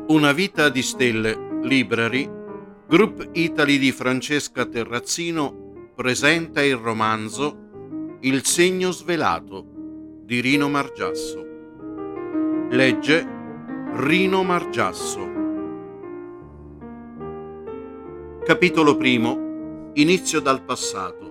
Una vita di stelle, Library, Group Italy di Francesca Terrazzino presenta il romanzo Il segno svelato di Rino Margiasso. Legge Rino Margiasso. Capitolo primo. Inizio dal passato.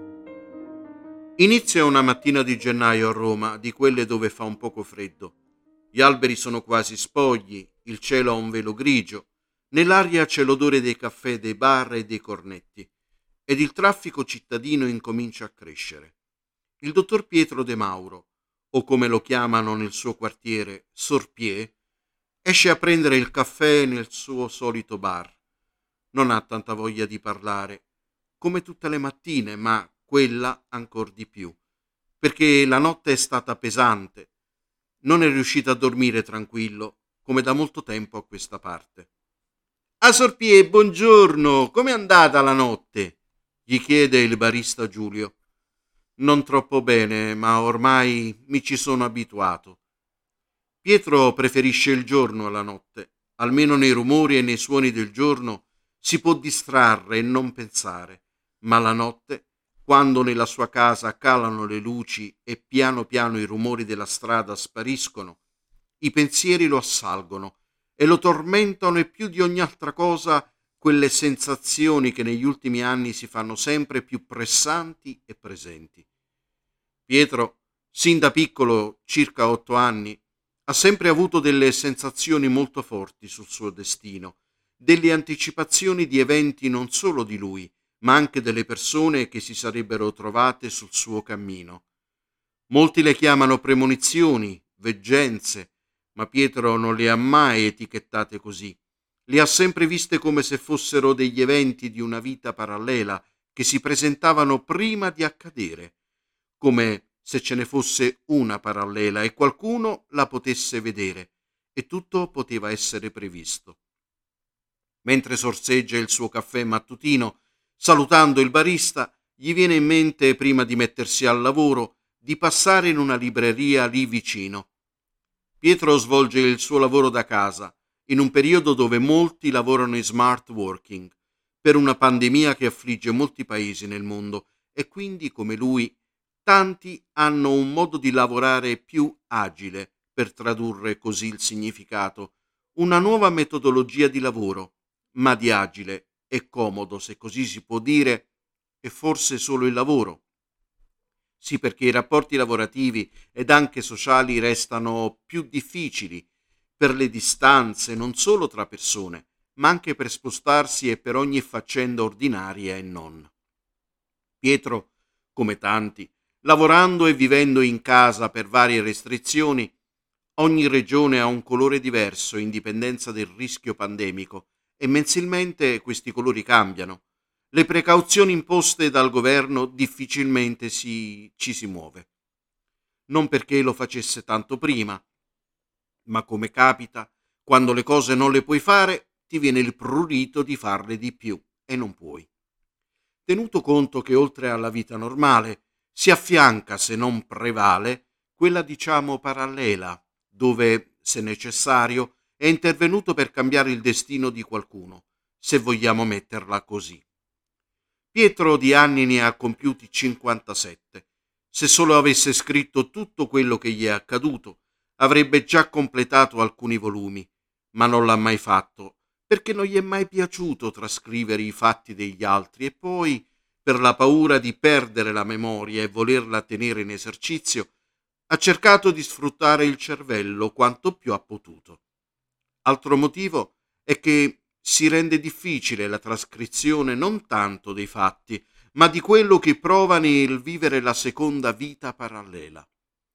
Inizia una mattina di gennaio a Roma, di quelle dove fa un poco freddo. Gli alberi sono quasi spogli, il cielo ha un velo grigio, nell'aria c'è l'odore dei caffè, dei bar e dei cornetti, ed il traffico cittadino incomincia a crescere. Il dottor Pietro De Mauro, o come lo chiamano nel suo quartiere, Sorpier, esce a prendere il caffè nel suo solito bar. Non ha tanta voglia di parlare, come tutte le mattine, ma quella ancor di più, perché la notte è stata pesante. Non è riuscito a dormire tranquillo, come da molto tempo a questa parte. «Ah, Sorpier, buongiorno, com'è andata la notte?» gli chiede il barista Giulio. «Non troppo bene, ma ormai mi ci sono abituato». Pietro preferisce il giorno alla notte. Almeno nei rumori e nei suoni del giorno si può distrarre e non pensare, ma la notte, quando nella sua casa calano le luci e piano piano i rumori della strada spariscono, i pensieri lo assalgono e lo tormentano, e più di ogni altra cosa quelle sensazioni che negli ultimi anni si fanno sempre più pressanti e presenti. Pietro, sin da piccolo, circa 8 anni, ha sempre avuto delle sensazioni molto forti sul suo destino, delle anticipazioni di eventi non solo di lui, ma anche delle persone che si sarebbero trovate sul suo cammino. Molti le chiamano premonizioni, veggenze, ma Pietro non le ha mai etichettate così. Le ha sempre viste come se fossero degli eventi di una vita parallela che si presentavano prima di accadere, come se ce ne fosse una parallela e qualcuno la potesse vedere, e tutto poteva essere previsto. Mentre sorseggia il suo caffè mattutino, salutando il barista, gli viene in mente, prima di mettersi al lavoro, di passare in una libreria lì vicino. Pietro svolge il suo lavoro da casa, in un periodo dove molti lavorano in smart working, per una pandemia che affligge molti paesi nel mondo, e quindi, come lui, tanti hanno un modo di lavorare più agile, per tradurre così il significato, una nuova metodologia di lavoro, ma di agile e comodo, se così si può dire, è forse solo il lavoro. Sì, perché i rapporti lavorativi ed anche sociali restano più difficili per le distanze, non solo tra persone, ma anche per spostarsi e per ogni faccenda ordinaria e non. Pietro, come tanti, lavorando e vivendo in casa per varie restrizioni, ogni regione ha un colore diverso in dipendenza del rischio pandemico, e mensilmente questi colori cambiano. Le precauzioni imposte dal governo difficilmente ci si muove. Non perché lo facesse tanto prima, ma come capita, quando le cose non le puoi fare, ti viene il prurito di farle di più e non puoi. Tenuto conto che oltre alla vita normale si affianca, se non prevale, quella diciamo parallela, dove, se necessario, è intervenuto per cambiare il destino di qualcuno, se vogliamo metterla così. Pietro di anni ne ha compiuti 57. Se solo avesse scritto tutto quello che gli è accaduto, avrebbe già completato alcuni volumi, ma non l'ha mai fatto, perché non gli è mai piaciuto trascrivere i fatti degli altri, e poi, per la paura di perdere la memoria e volerla tenere in esercizio, ha cercato di sfruttare il cervello quanto più ha potuto. Altro motivo è che si rende difficile la trascrizione non tanto dei fatti, ma di quello che prova nel vivere la seconda vita parallela.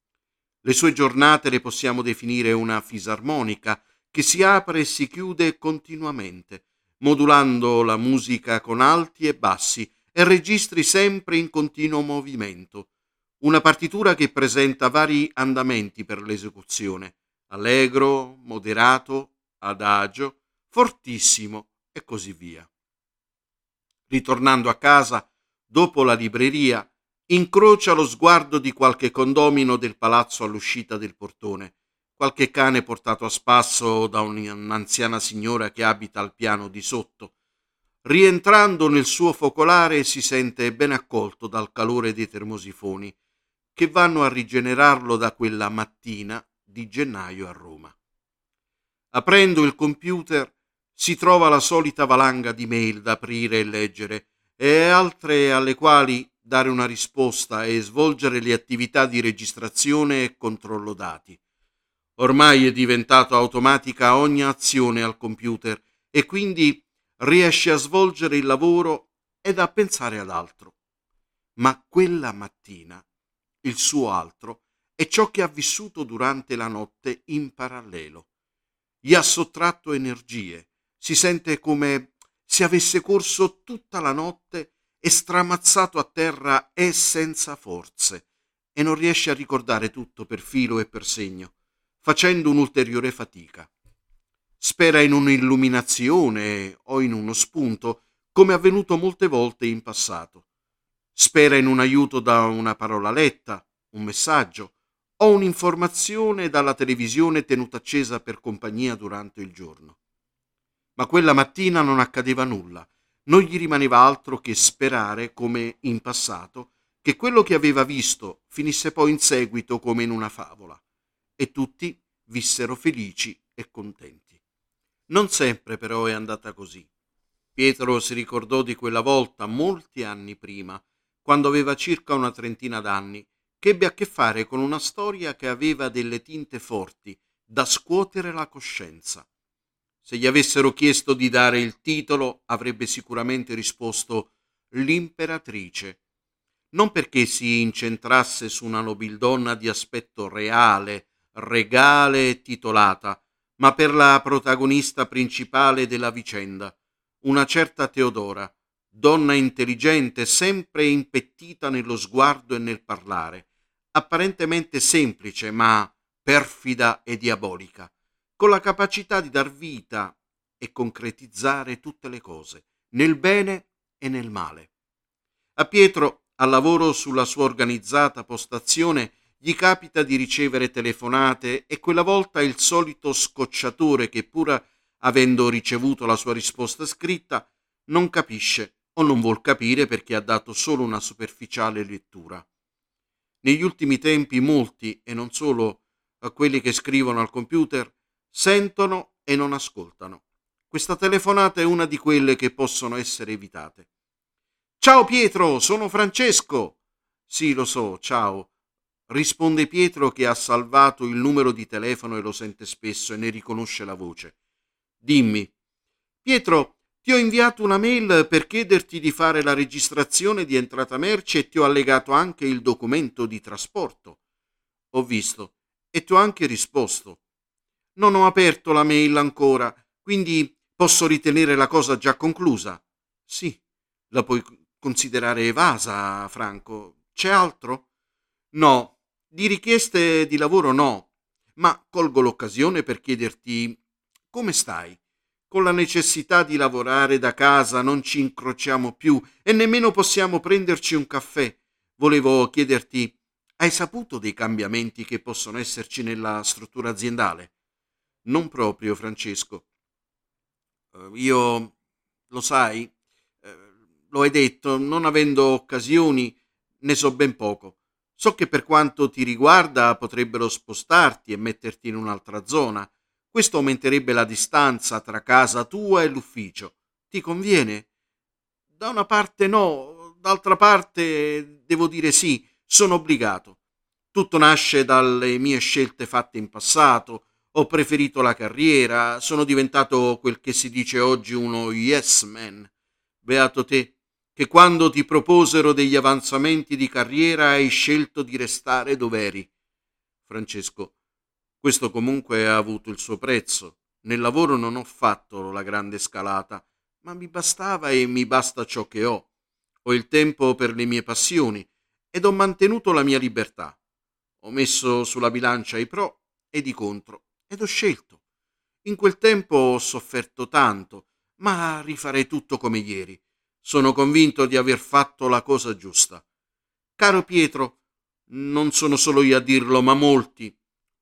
Le sue giornate le possiamo definire una fisarmonica che si apre e si chiude continuamente, modulando la musica con alti e bassi e registri sempre in continuo movimento. Una partitura che presenta vari andamenti per l'esecuzione: allegro, moderato, adagio, fortissimo e così via. Ritornando a casa, dopo la libreria, incrocia lo sguardo di qualche condomino del palazzo all'uscita del portone, qualche cane portato a spasso da un'anziana signora che abita al piano di sotto. Rientrando nel suo focolare si sente ben accolto dal calore dei termosifoni che vanno a rigenerarlo da quella mattina di gennaio a Roma. Aprendo il computer si trova la solita valanga di mail da aprire e leggere e altre alle quali dare una risposta e svolgere le attività di registrazione e controllo dati. Ormai è diventato automatica ogni azione al computer e quindi riesce a svolgere il lavoro ed a pensare ad altro. Ma quella mattina il suo altro è ciò che ha vissuto durante la notte in parallelo. Gli ha sottratto energie, si sente come se avesse corso tutta la notte e stramazzato a terra è senza forze e non riesce a ricordare tutto per filo e per segno, facendo un'ulteriore fatica. Spera in un'illuminazione o in uno spunto, come è avvenuto molte volte in passato. Spera in un aiuto da una parola letta, un messaggio o un'informazione dalla televisione tenuta accesa per compagnia durante il giorno. Ma quella mattina non accadeva nulla. Non gli rimaneva altro che sperare, come in passato, che quello che aveva visto finisse poi in seguito come in una favola, e tutti vissero felici e contenti. Non sempre però è andata così. Pietro si ricordò di quella volta, molti anni prima, quando aveva circa una trentina d'anni, che ebbe a che fare con una storia che aveva delle tinte forti da scuotere la coscienza. Se gli avessero chiesto di dare il titolo, avrebbe sicuramente risposto L'Imperatrice, non perché si incentrasse su una nobildonna di aspetto reale, regale e titolata, ma per la protagonista principale della vicenda, una certa Teodora, donna intelligente, sempre impettita nello sguardo e nel parlare, apparentemente semplice ma perfida e diabolica, con la capacità di dar vita e concretizzare tutte le cose, nel bene e nel male. A Pietro, al lavoro sulla sua organizzata postazione, gli capita di ricevere telefonate e quella volta il solito scocciatore che, pur avendo ricevuto la sua risposta scritta, non capisce o non vuol capire perché ha dato solo una superficiale lettura. Negli ultimi tempi molti, e non solo quelli che scrivono al computer, sentono e non ascoltano. Questa telefonata è una di quelle che possono essere evitate. Ciao Pietro, sono Francesco. Sì, lo so, ciao. Risponde Pietro che ha salvato il numero di telefono e lo sente spesso e ne riconosce la voce. Dimmi. Pietro, ti ho inviato una mail per chiederti di fare la registrazione di entrata merci e ti ho allegato anche il documento di trasporto. Ho visto e ti ho anche risposto. Non ho aperto la mail ancora, quindi posso ritenere la cosa già conclusa. Sì, la puoi considerare evasa, Franco. C'è altro? No, di richieste di lavoro no, ma colgo l'occasione per chiederti come stai? Con la necessità di lavorare da casa non ci incrociamo più e nemmeno possiamo prenderci un caffè. Volevo chiederti, hai saputo dei cambiamenti che possono esserci nella struttura aziendale? Non proprio, Francesco. Io, lo sai, lo hai detto, non avendo occasioni, ne so ben poco. So che per quanto ti riguarda potrebbero spostarti e metterti in un'altra zona. Questo aumenterebbe la distanza tra casa tua e l'ufficio. Ti conviene? Da una parte no, d'altra parte devo dire sì, sono obbligato. Tutto nasce dalle mie scelte fatte in passato. Ho preferito la carriera, sono diventato quel che si dice oggi uno yes man. Beato te, che quando ti proposero degli avanzamenti di carriera hai scelto di restare dove eri. Francesco, questo comunque ha avuto il suo prezzo. Nel lavoro non ho fatto la grande scalata, ma mi bastava e mi basta ciò che ho. Ho il tempo per le mie passioni ed ho mantenuto la mia libertà. Ho messo sulla bilancia i pro ed i contro ed ho scelto. In quel tempo ho sofferto tanto, ma rifarei tutto come ieri. Sono convinto di aver fatto la cosa giusta. Caro Pietro, non sono solo io a dirlo, ma molti.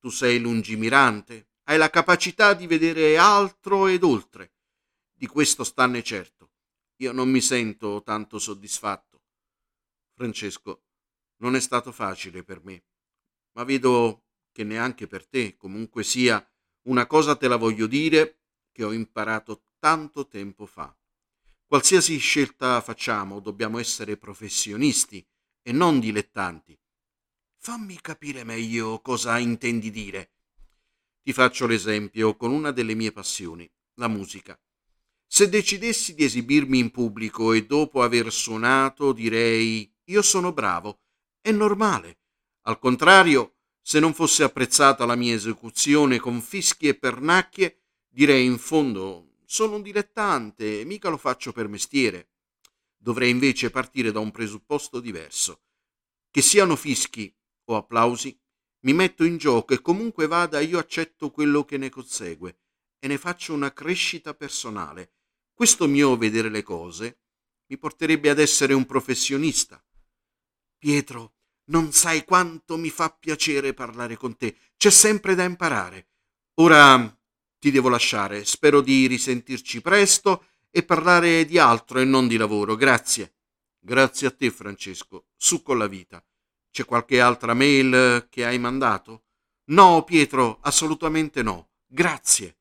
Tu sei lungimirante, hai la capacità di vedere altro ed oltre. Di questo stanne certo. Io non mi sento tanto soddisfatto. Francesco, non è stato facile per me, ma vedo che neanche per te. Comunque sia, una cosa te la voglio dire che ho imparato tanto tempo fa. Qualsiasi scelta facciamo, dobbiamo essere professionisti e non dilettanti. Fammi capire meglio cosa intendi dire. Ti faccio l'esempio con una delle mie passioni, la musica. Se decidessi di esibirmi in pubblico e dopo aver suonato direi io sono bravo, è normale. Al contrario, se non fosse apprezzata la mia esecuzione con fischi e pernacchie, direi in fondo sono un dilettante, mica lo faccio per mestiere. Dovrei invece partire da un presupposto diverso. Che siano fischi o applausi, mi metto in gioco e comunque vada io accetto quello che ne consegue e ne faccio una crescita personale. Questo mio vedere le cose mi porterebbe ad essere un professionista. Pietro, non sai quanto mi fa piacere parlare con te. C'è sempre da imparare. Ora ti devo lasciare. Spero di risentirci presto e parlare di altro e non di lavoro. Grazie. Grazie a te, Francesco. Su con la vita. C'è qualche altra mail che hai mandato? No, Pietro, assolutamente no. Grazie.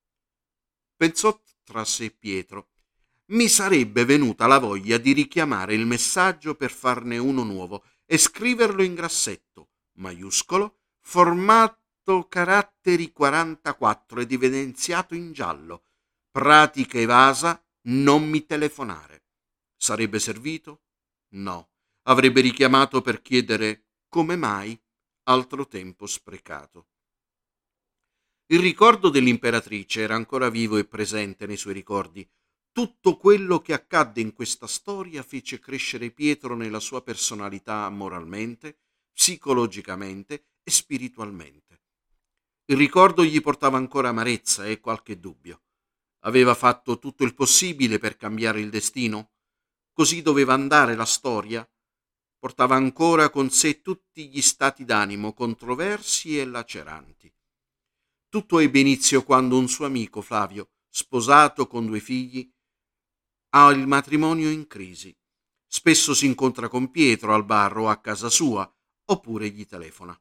Pensò tra sé Pietro. Mi sarebbe venuta la voglia di richiamare il messaggio per farne uno nuovo e scriverlo in grassetto, maiuscolo, formato caratteri 44 ed evidenziato in giallo. Pratica evasa, non mi telefonare. Sarebbe servito? No. Avrebbe richiamato per chiedere come mai? Altro tempo sprecato. Il ricordo dell'imperatrice era ancora vivo e presente nei suoi ricordi. Tutto quello che accadde in questa storia fece crescere Pietro nella sua personalità moralmente, psicologicamente e spiritualmente. Il ricordo gli portava ancora amarezza e qualche dubbio. Aveva fatto tutto il possibile per cambiare il destino? Così doveva andare la storia? Portava ancora con sé tutti gli stati d'animo controversi e laceranti. Tutto ebbe inizio quando un suo amico, Flavio, sposato con 2 figli, ha il matrimonio in crisi. Spesso si incontra con Pietro al bar o a casa sua, oppure gli telefona.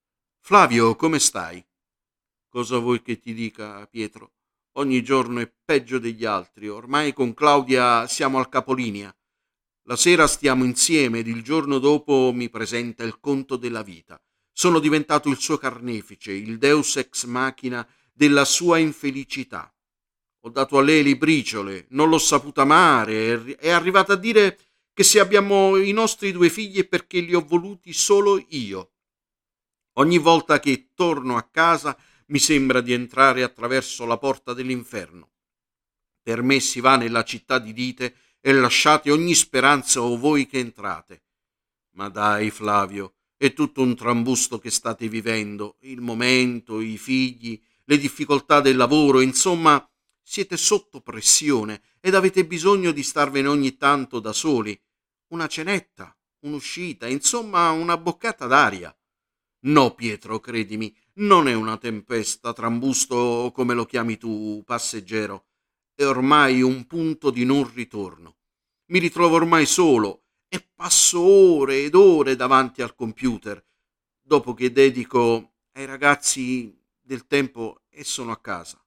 Flavio, come stai? Cosa vuoi che ti dica, Pietro? Ogni giorno è peggio degli altri. Ormai con Claudia siamo al capolinea. La sera stiamo insieme ed il giorno dopo mi presenta il conto della vita. Sono diventato il suo carnefice, il deus ex machina della sua infelicità. Ho dato a lei le briciole, non l'ho saputa amare, è arrivata a dire che se abbiamo i nostri 2 figli è perché li ho voluti solo io. Ogni volta che torno a casa mi sembra di entrare attraverso la porta dell'inferno. Per me si va nella città di Dite e lasciate ogni speranza o voi che entrate. Ma dai, Flavio, è tutto un trambusto che state vivendo, il momento, i figli, le difficoltà del lavoro, insomma, siete sotto pressione ed avete bisogno di starvene ogni tanto da soli. Una cenetta, un'uscita, insomma, una boccata d'aria. No, Pietro, credimi, non è una tempesta, trambusto come lo chiami tu, passeggero. È ormai un punto di non ritorno. Mi ritrovo ormai solo e passo ore ed ore davanti al computer, dopo che dedico ai ragazzi del tempo e sono a casa.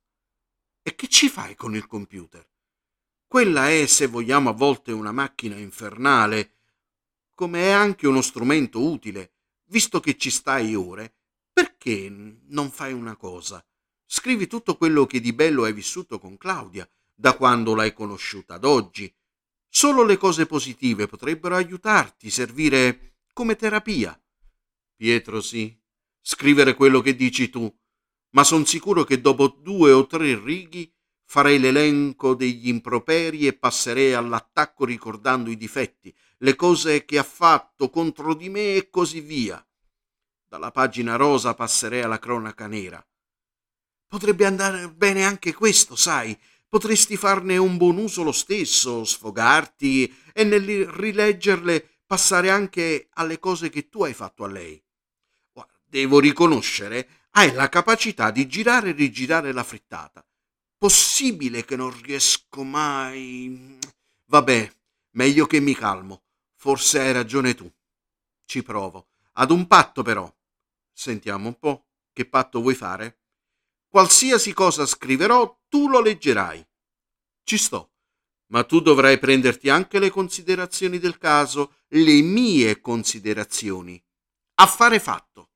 E che ci fai con il computer? Quella è, se vogliamo, a volte una macchina infernale, come è anche uno strumento utile. Visto che ci stai ore, perché non fai una cosa? Scrivi tutto quello che di bello hai vissuto con Claudia, da quando l'hai conosciuta ad oggi. Solo le cose positive potrebbero aiutarti, servire come terapia. Pietro, sì, scrivere quello che dici tu, ma son sicuro che dopo 2 o 3 righi farei l'elenco degli improperi e passerei all'attacco ricordando i difetti, le cose che ha fatto contro di me e così via. Dalla pagina rosa passerei alla cronaca nera. Potrebbe andare bene anche questo, sai. Potresti farne un buon uso lo stesso, sfogarti e nel rileggerle passare anche alle cose che tu hai fatto a lei. Devo riconoscere, Hai la capacità di girare e rigirare la frittata. Possibile che non riesco mai? Vabbè, meglio che mi calmo. Forse hai ragione tu. Ci provo. Ad un patto però. Sentiamo un po'. Che patto vuoi fare? Qualsiasi cosa scriverò, tu lo leggerai. Ci sto. Ma tu dovrai prenderti anche le considerazioni del caso, le mie considerazioni. Affare fatto.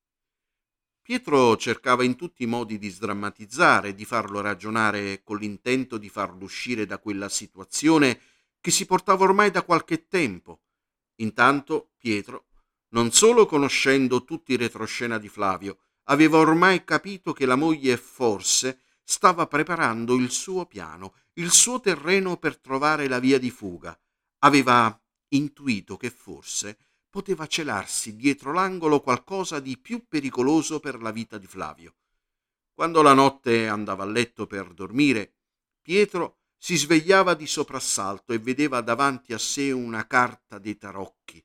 Pietro cercava in tutti i modi di sdrammatizzare, di farlo ragionare con l'intento di farlo uscire da quella situazione che si portava ormai da qualche tempo. Intanto Pietro, non solo conoscendo tutti i retroscena di Flavio, aveva ormai capito che la moglie forse stava preparando il suo piano, il suo terreno per trovare la via di fuga. Aveva intuito che forse poteva celarsi dietro l'angolo qualcosa di più pericoloso per la vita di Flavio. Quando la notte andava a letto per dormire, Pietro si svegliava di soprassalto e vedeva davanti a sé una carta dei tarocchi,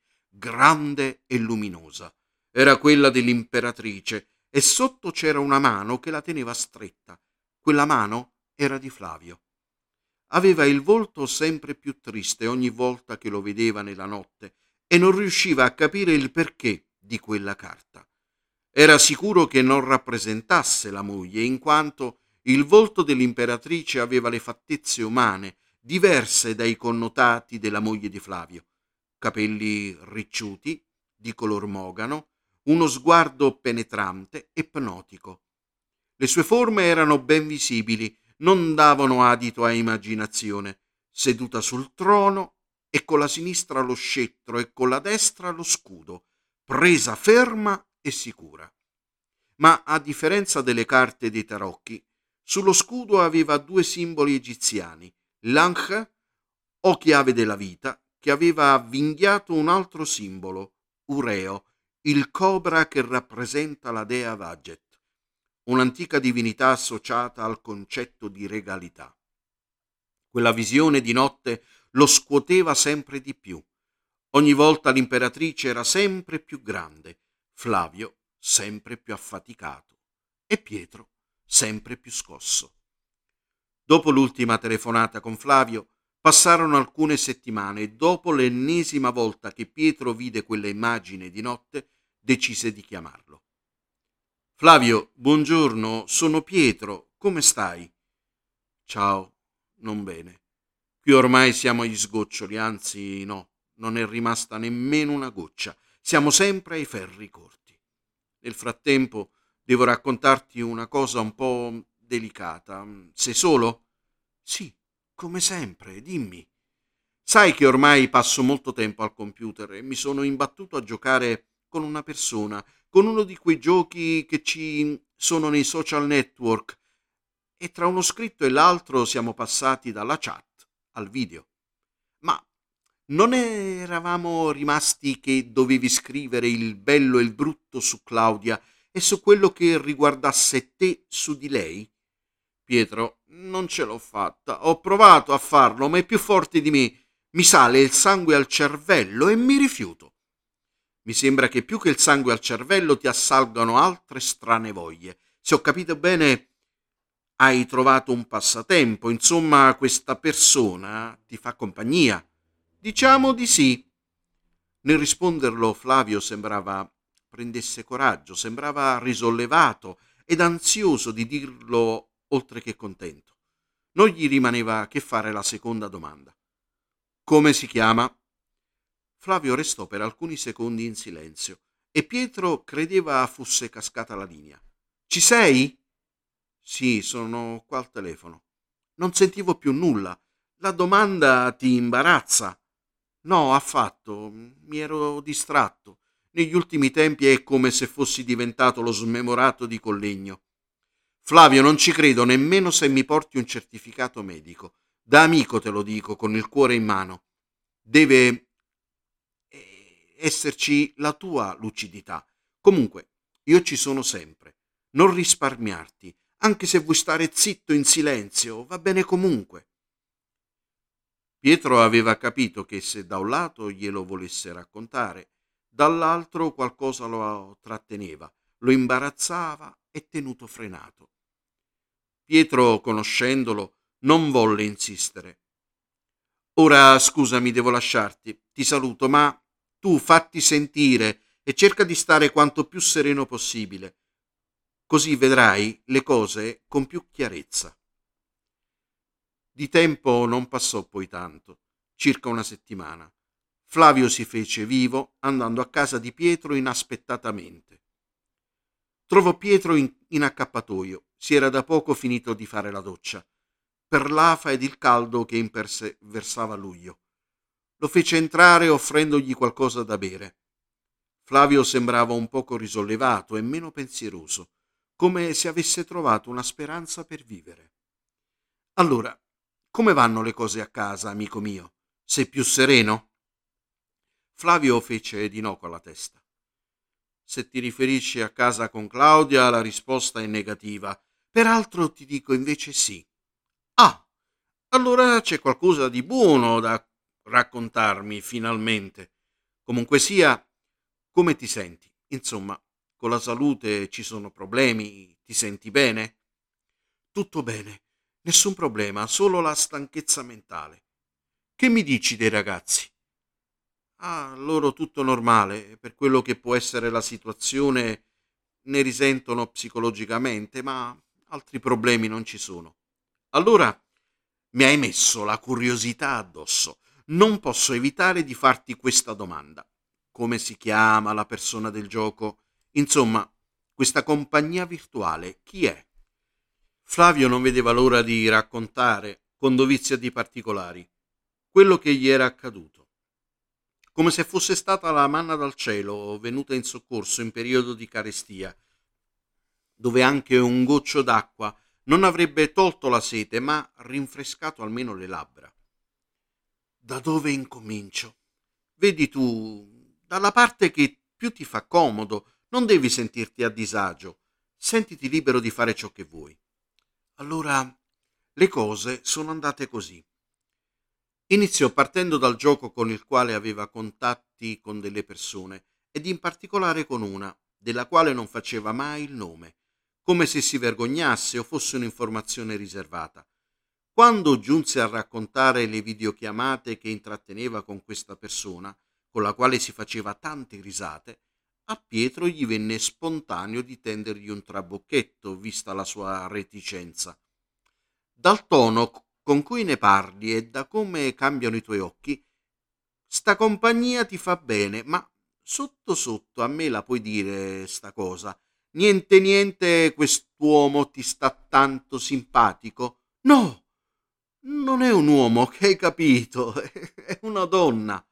grande e luminosa. Era quella dell'imperatrice e sotto c'era una mano che la teneva stretta. Quella mano era di Flavio. Aveva il volto sempre più triste ogni volta che lo vedeva nella notte e non riusciva a capire il perché di quella carta. Era sicuro che non rappresentasse la moglie, in quanto il volto dell'imperatrice aveva le fattezze umane, diverse dai connotati della moglie di Flavio. Capelli ricciuti, di color mogano, uno sguardo penetrante e pnotico. Le sue forme erano ben visibili, non davano adito a immaginazione. Seduta sul trono e con la sinistra lo scettro e con la destra lo scudo, presa ferma e sicura. Ma a differenza delle carte dei tarocchi, sullo scudo aveva due simboli egiziani, l'Ankh o chiave della vita, che aveva avvinghiato un altro simbolo, Ureo, il cobra che rappresenta la dea Vaget, un'antica divinità associata al concetto di regalità. Quella visione di notte lo scuoteva sempre di più. Ogni volta l'imperatrice era sempre più grande, Flavio sempre più affaticato e Pietro sempre più scosso. Dopo l'ultima telefonata con Flavio, passarono alcune settimane e dopo l'ennesima volta che Pietro vide quella immagine di notte, decise di chiamarlo. Flavio, buongiorno, sono Pietro, come stai? Ciao, non bene. Qui ormai siamo agli sgoccioli, anzi no, non è rimasta nemmeno una goccia. Siamo sempre ai ferri corti. Nel frattempo devo raccontarti una cosa un po' delicata. Sei solo? Sì, come sempre, dimmi. Sai che ormai passo molto tempo al computer e mi sono imbattuto a giocare con una persona, con uno di quei giochi che ci sono nei social network e tra uno scritto e l'altro siamo passati dalla chat al video. Ma non eravamo rimasti che dovevi scrivere il bello e il brutto su Claudia e su quello che riguardasse te su di lei? Pietro, non ce l'ho fatta. Ho provato a farlo, ma è più forte di me. Mi sale il sangue al cervello e mi rifiuto. Mi sembra che più che il sangue al cervello ti assalgano altre strane voglie. Se ho capito bene, hai trovato un passatempo, insomma, questa persona ti fa compagnia. Diciamo di sì. Nel risponderlo Flavio sembrava prendesse coraggio, sembrava risollevato ed ansioso di dirlo oltre che contento. Non gli rimaneva che fare la seconda domanda. Come si chiama? Flavio restò per alcuni secondi in silenzio e Pietro credeva fosse cascata la linea. Ci sei? Sì, sono qua al telefono. Non sentivo più nulla. La domanda ti imbarazza? No, affatto. Mi ero distratto. Negli ultimi tempi è come se fossi diventato lo smemorato di Collegno. Flavio, non ci credo nemmeno se mi porti un certificato medico. Da amico te lo dico, con il cuore in mano. Deve esserci la tua lucidità. Comunque, io ci sono sempre. Non risparmiarti, anche se vuoi stare zitto in silenzio, va bene comunque. Pietro aveva capito che se da un lato glielo volesse raccontare, dall'altro qualcosa lo tratteneva, lo imbarazzava e tenuto frenato. Pietro, conoscendolo, non volle insistere. Ora scusami, devo lasciarti, ti saluto, ma tu fatti sentire e cerca di stare quanto più sereno possibile, così vedrai le cose con più chiarezza. Di tempo non passò poi tanto, circa una settimana. Flavio si fece vivo andando a casa di Pietro inaspettatamente. Trovò Pietro in accappatoio, si era da poco finito di fare la doccia, per l'afa ed il caldo che versava luglio. Lo fece entrare offrendogli qualcosa da bere. Flavio sembrava un poco risollevato e meno pensieroso, come se avesse trovato una speranza per vivere. Allora, come vanno le cose a casa, amico mio? Sei più sereno? Flavio fece di no con la testa. Se ti riferisci a casa con Claudia, la risposta è negativa. Peraltro ti dico invece sì. Ah, allora c'è qualcosa di buono da raccontarmi, finalmente. Comunque sia, come ti senti? Insomma, con la salute ci sono problemi? Ti senti bene? Tutto bene, nessun problema, solo la stanchezza mentale. Che mi dici dei ragazzi? Ah, loro tutto normale, per quello che può essere la situazione, ne risentono psicologicamente, ma altri problemi non ci sono. Allora mi hai messo la curiosità addosso. Non posso evitare di farti questa domanda. Come si chiama la persona del gioco? Insomma, questa compagnia virtuale, chi è? Flavio non vedeva l'ora di raccontare, con dovizia di particolari, quello che gli era accaduto, come se fosse stata la manna dal cielo venuta in soccorso in periodo di carestia, dove anche un goccio d'acqua non avrebbe tolto la sete, ma rinfrescato almeno le labbra. Da dove incomincio? Vedi tu, dalla parte che più ti fa comodo, non devi sentirti a disagio, sentiti libero di fare ciò che vuoi. Allora, le cose sono andate così. Iniziò partendo dal gioco con il quale aveva contatti con delle persone, ed in particolare con una, della quale non faceva mai il nome, come se si vergognasse o fosse un'informazione riservata. Quando giunse a raccontare le videochiamate che intratteneva con questa persona, con la quale si faceva tante risate, a Pietro gli venne spontaneo di tendergli un trabocchetto, vista la sua reticenza. Dal tono con cui ne parli e da come cambiano i tuoi occhi, sta compagnia ti fa bene, ma sotto sotto a me la puoi dire sta cosa. Niente niente quest'uomo ti sta tanto simpatico? No, non è un uomo, che hai capito? È una donna.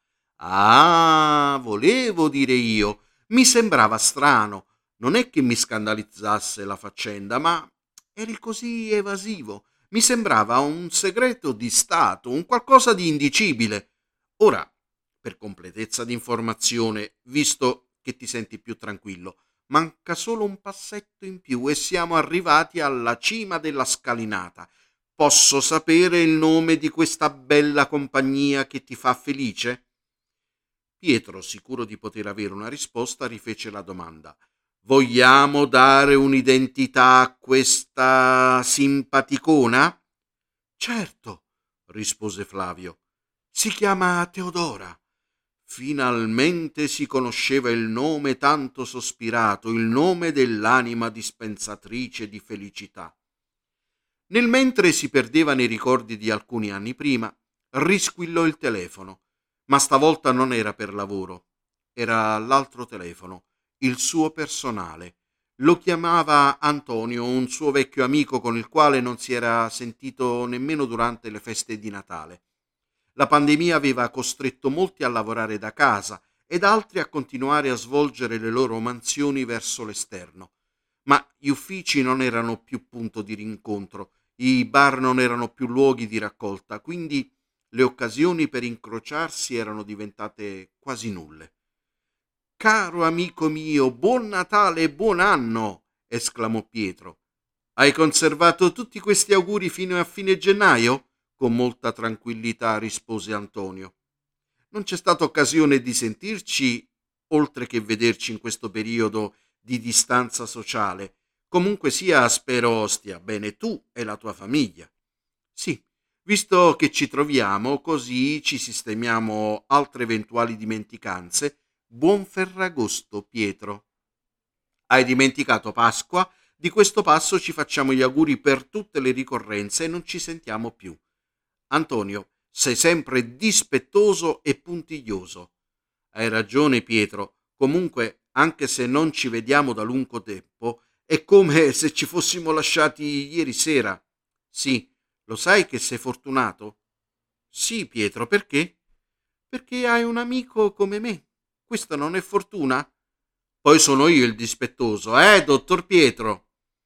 Ah, volevo dire io. Mi sembrava strano. Non è che mi scandalizzasse la faccenda, ma eri così evasivo. Mi sembrava un segreto di Stato, un qualcosa di indicibile. Ora, per completezza di informazione, visto che ti senti più tranquillo, manca solo un passetto in più e siamo arrivati alla cima della scalinata. Posso sapere il nome di questa bella compagnia che ti fa felice? Pietro, sicuro di poter avere una risposta, rifece la domanda. Vogliamo dare un'identità a questa simpaticona? Certo, rispose Flavio. Si chiama Teodora. Finalmente si conosceva il nome tanto sospirato, il nome dell'anima dispensatrice di felicità. Nel mentre si perdeva nei ricordi di alcuni anni prima, risquillò il telefono, ma stavolta non era per lavoro, era l'altro telefono, il suo personale. Lo chiamava Antonio, un suo vecchio amico con il quale non si era sentito nemmeno durante le feste di Natale. La pandemia aveva costretto molti a lavorare da casa ed altri a continuare a svolgere le loro mansioni verso l'esterno. Ma gli uffici non erano più punto di rincontro, i bar non erano più luoghi di raccolta, quindi le occasioni per incrociarsi erano diventate quasi nulle. Caro amico mio, buon Natale e buon anno! Esclamò Pietro. Hai conservato tutti questi auguri fino a fine gennaio? Con molta tranquillità rispose Antonio. Non c'è stata occasione di sentirci, oltre che vederci in questo periodo di distanza sociale. Comunque sia, spero stia bene tu e la tua famiglia. Sì, visto che ci troviamo, così ci sistemiamo altre eventuali dimenticanze. Buon Ferragosto, Pietro. Hai dimenticato Pasqua? Di questo passo ci facciamo gli auguri per tutte le ricorrenze e non ci sentiamo più. Antonio, sei sempre dispettoso e puntiglioso. Hai ragione, Pietro. Comunque, anche se non ci vediamo da lungo tempo, è come se ci fossimo lasciati ieri sera. Sì, lo sai che sei fortunato? Sì, Pietro, perché? Perché hai un amico come me. Questa non è fortuna? Poi sono io il dispettoso, dottor Pietro?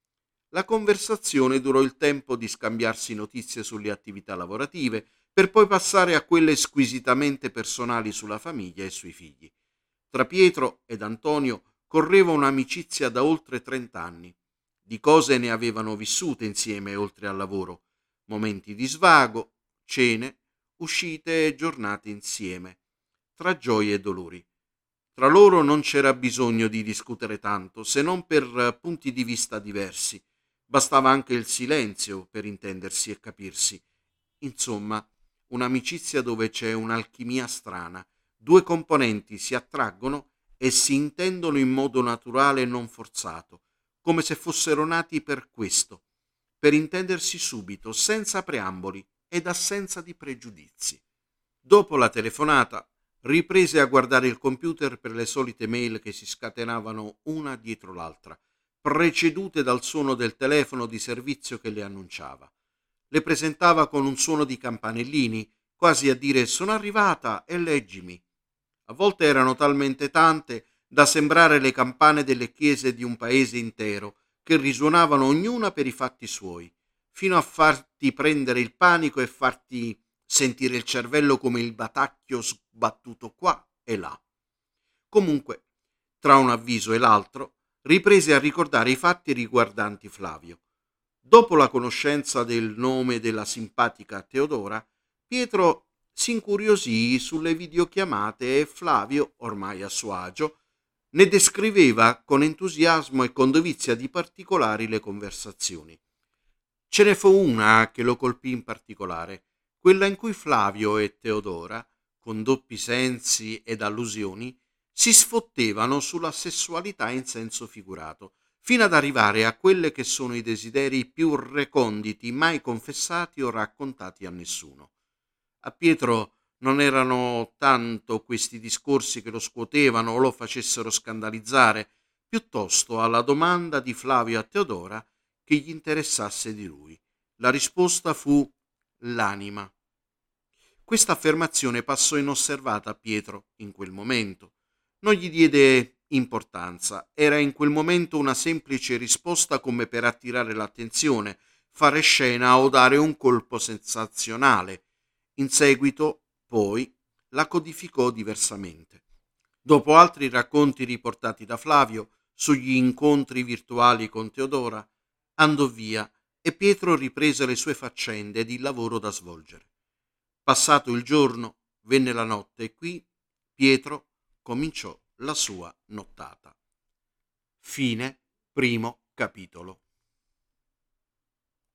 La conversazione durò il tempo di scambiarsi notizie sulle attività lavorative, per poi passare a quelle squisitamente personali sulla famiglia e sui figli. Tra Pietro ed Antonio correva un'amicizia da oltre 30 anni. Di cose ne avevano vissute insieme oltre al lavoro, momenti di svago, cene, uscite e giornate insieme, tra gioie e dolori. Tra loro non c'era bisogno di discutere tanto, se non per punti di vista diversi. Bastava anche il silenzio per intendersi e capirsi. Insomma, un'amicizia dove c'è un'alchimia strana. Due componenti si attraggono e si intendono in modo naturale e non forzato, come se fossero nati per questo, per intendersi subito, senza preamboli ed assenza di pregiudizi. Dopo la telefonata, riprese a guardare il computer per le solite mail che si scatenavano una dietro l'altra, precedute dal suono del telefono di servizio che le annunciava. Le presentava con un suono di campanellini, quasi a dire sono arrivata e leggimi. A volte erano talmente tante da sembrare le campane delle chiese di un paese intero, che risuonavano ognuna per i fatti suoi, fino a farti prendere il panico e farti sentire il cervello come il batacchio sbattuto qua e là. Comunque, tra un avviso e l'altro, riprese a ricordare i fatti riguardanti Flavio. Dopo la conoscenza del nome della simpatica Teodora, Pietro si incuriosì sulle videochiamate e Flavio, ormai a suo agio, ne descriveva con entusiasmo e con dovizia di particolari le conversazioni. Ce ne fu una che lo colpì in particolare, quella in cui Flavio e Teodora, con doppi sensi ed allusioni, si sfottevano sulla sessualità in senso figurato, fino ad arrivare a quelle che sono i desideri più reconditi mai confessati o raccontati a nessuno. A Pietro non erano tanto questi discorsi che lo scuotevano o lo facessero scandalizzare, piuttosto alla domanda di Flavio a Teodora che gli interessasse di lui. La risposta fu l'anima. Questa affermazione passò inosservata a Pietro in quel momento. Non gli diede importanza, era in quel momento una semplice risposta come per attirare l'attenzione, fare scena o dare un colpo sensazionale. In seguito, poi, la codificò diversamente. Dopo altri racconti riportati da Flavio sugli incontri virtuali con Teodora, andò via e Pietro riprese le sue faccende ed il lavoro da svolgere. Passato il giorno, venne la notte e qui Pietro cominciò la sua nottata. Fine primo capitolo.